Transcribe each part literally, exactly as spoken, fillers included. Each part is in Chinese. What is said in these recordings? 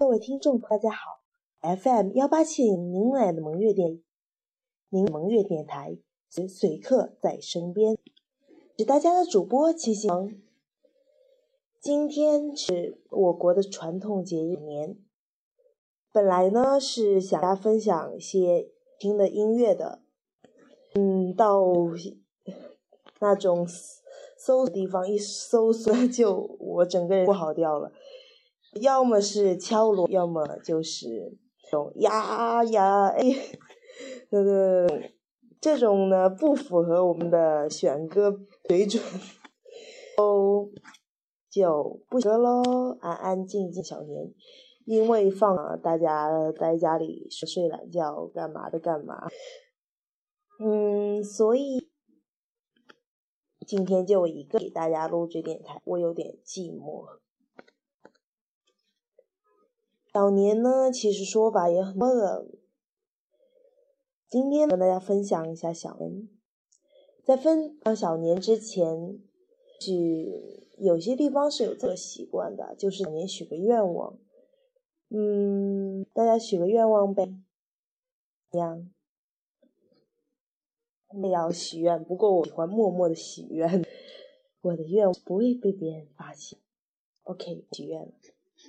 各位听众大家好 ，F M 幺八七零您来的蒙月电，您蒙月电台随刻在身边，是大家的主播七夕王。今天是我国的传统节日年，本来呢是想大家分享一些听的音乐的，嗯，到那种搜的地方一搜索就我整个人不好掉了。要么是敲锣，要么就是这种呀呀哎，那个这种呢不符合我们的选歌水准，哦，就不歌喽，安安静静小年，因为放了大家在家里睡懒觉，干嘛的干嘛，嗯，所以今天就一个给大家录制电台，我有点寂寞。小年呢，其实说法也很多的。今天跟大家分享一下小年。在分享小年之前，是有些地方是有这个习惯的，就是小年许个愿望。嗯，大家许个愿望呗。怎样？也要许愿，不过我喜欢默默的许愿，我的愿望不会被别人发现。OK， 许愿了。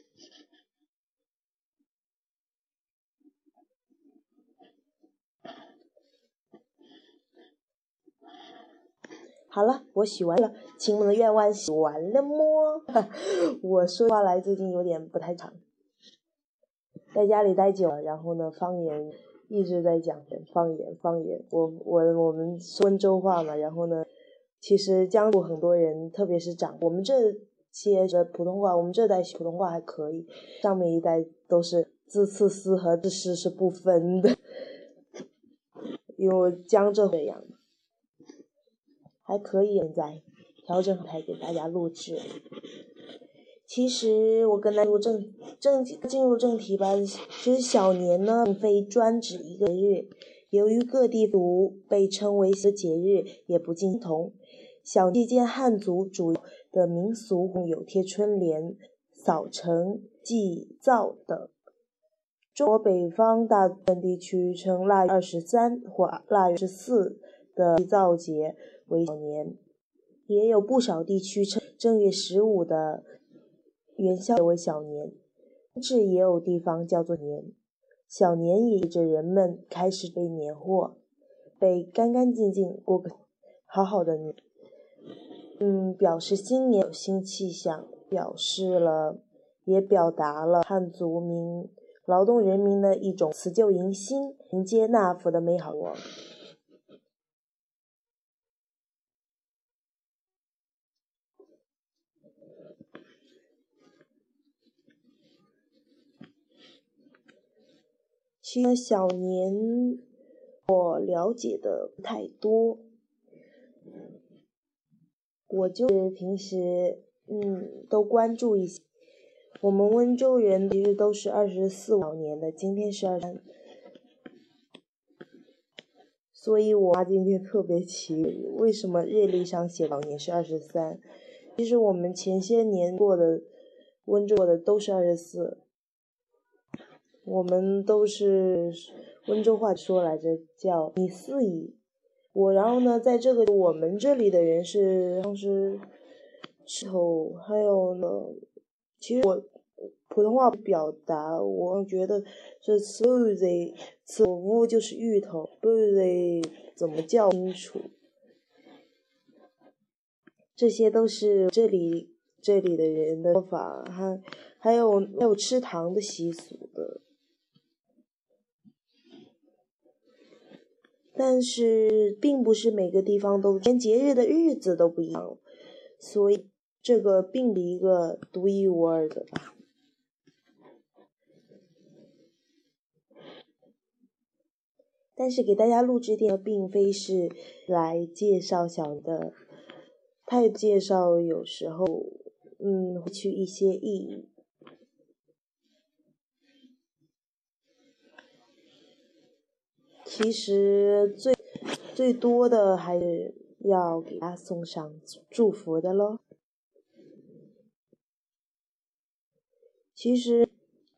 好了，我许完了，请我的愿望许完了么？我说话来最近有点不太长，在家里待久了，然后呢，方言一直在讲方言，方言。我我我们温州话嘛，然后呢，其实江苏很多人，特别是长我们这些的普通话，我们这代普通话还可以，上面一代都是字次思和字诗是不分的，因为江浙这样。还可以，现在调整好才给大家录制。其实我跟大家入正正进入正题吧。其实小年呢，并非专指一个日，由于各地族被称为的节日也不尽同。小年期间，汉族主要的民俗有贴春联、扫城、祭灶等。中国北方大部分地区称腊月二十三或腊月十四的祭灶节为小年，也有不少地区称正月十五的元宵节为小年，甚至也有地方叫做年。小年也意着人们开始被年货，被干干净净过个好好的年，嗯，表示新年有新气象，表示了，也表达了汉族民劳动人民的一种辞旧迎新、迎接纳福的美好愿望。其实小年我了解的不太多，我就是平时嗯都关注一些。我们温州人其实都是二十四小年的，今天是二十三，所以我妈今天特别奇怪，为什么日历上写小年是二十三？其实我们前些年过的温州过的都是二十四。我们都是温州话说来着，叫你四乙。我然后呢，在这个我们这里的人是当时石头，还有呢，其实我普通话表达，我觉得是词不得词无就是芋头，不得怎么叫清楚。这些都是这里这里的人的说法，还还有还有吃糖的习俗的。但是并不是每个地方都连节日的日子都不一样，所以这个并不一个独一无二的吧。但是给大家录制电并非是来介绍小的，太介绍有时候嗯会去一些意义。其实最最多的还是要给他送上祝福的咯。其实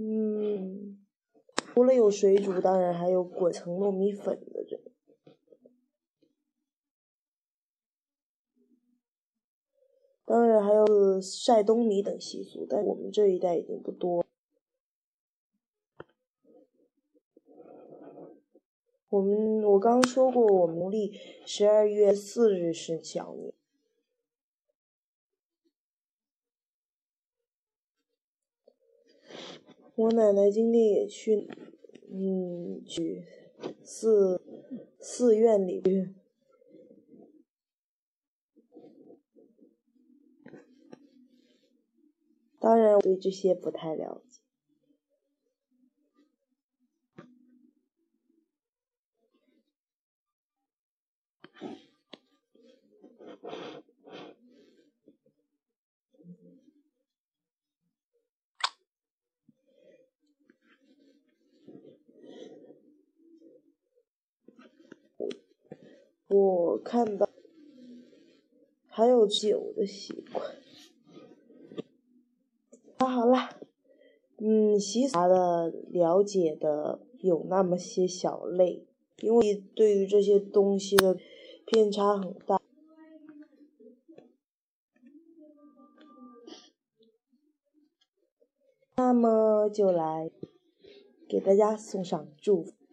嗯，除了有水煮，当然还有滚成糯米粉的这种。当然还有晒冬米等习俗，但我们这一代已经不多。我们我刚说过，我们农历十二月四日是小年。我奶奶今天也去，嗯，去寺寺院里边。当然，我对这些不太了解。我看到还有酒的习惯。啊，好啦，嗯，习俗的了解的有那么些小类，因为对于这些东西的偏差很大。那么就来给大家送上祝福。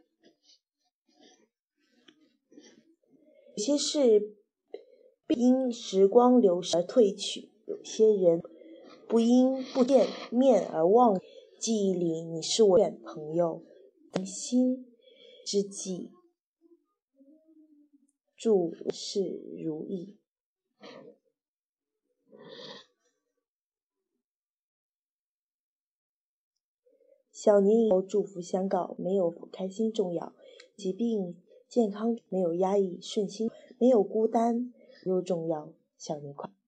有些事因时光流逝而褪去，有些人不因不见面而忘。记忆里你是我远朋友，同心知己，祝事如意。小年以后祝福相告，没有开心重要，疾病健康没有压抑，顺心没有孤单又重要。小年快乐！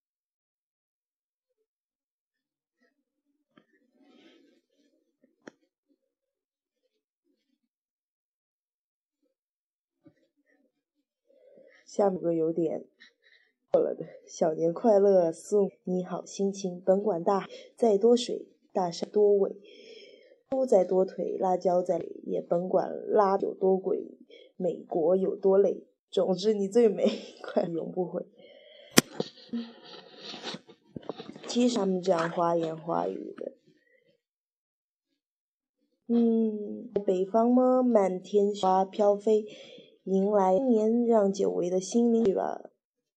下面个有点过了的，小年快乐，送你好心情。甭管大海再多水，大山多尾，猪再多腿，辣椒再累，也甭管拉有多贵，美国有多累。总之你最美，快永不悔。其实他们这样花言花语的。嗯，北方嘛，满天花飘飞，迎来年让久违的心灵去吧。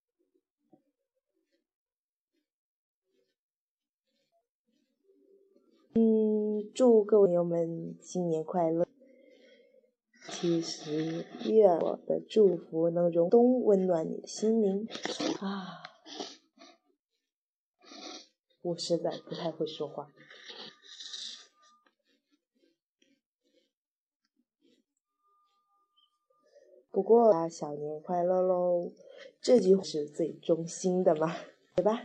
嗯，祝各位朋友们新年快乐。其实愿我的祝福能融冬温暖你的心灵啊！我实在不太会说话。不过啊，小年快乐喽！这句话是最中心的嘛，对吧？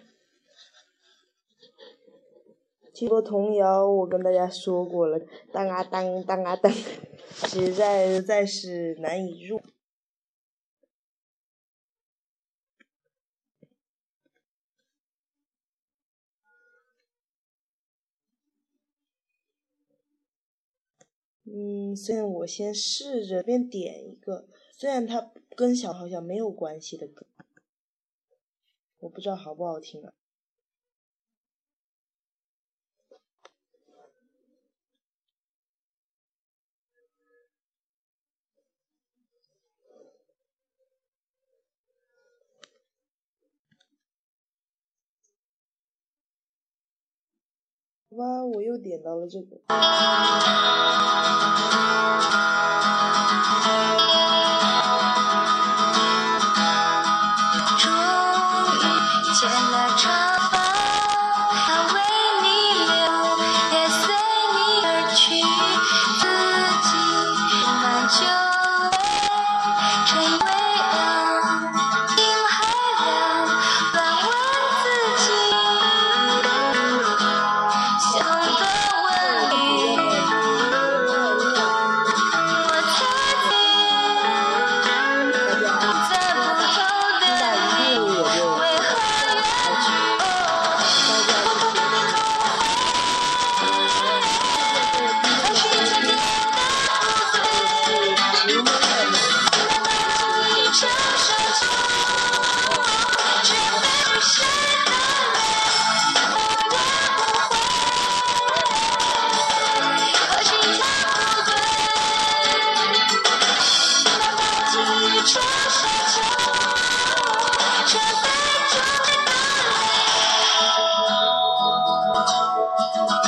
其实童谣我跟大家说过了，当啊当，当啊当，实在在是难以入。嗯，虽然我先试着边点一个，虽然它跟小好像没有关系的歌，我不知道好不好听啊。好吧，我又点到了这个。 拜。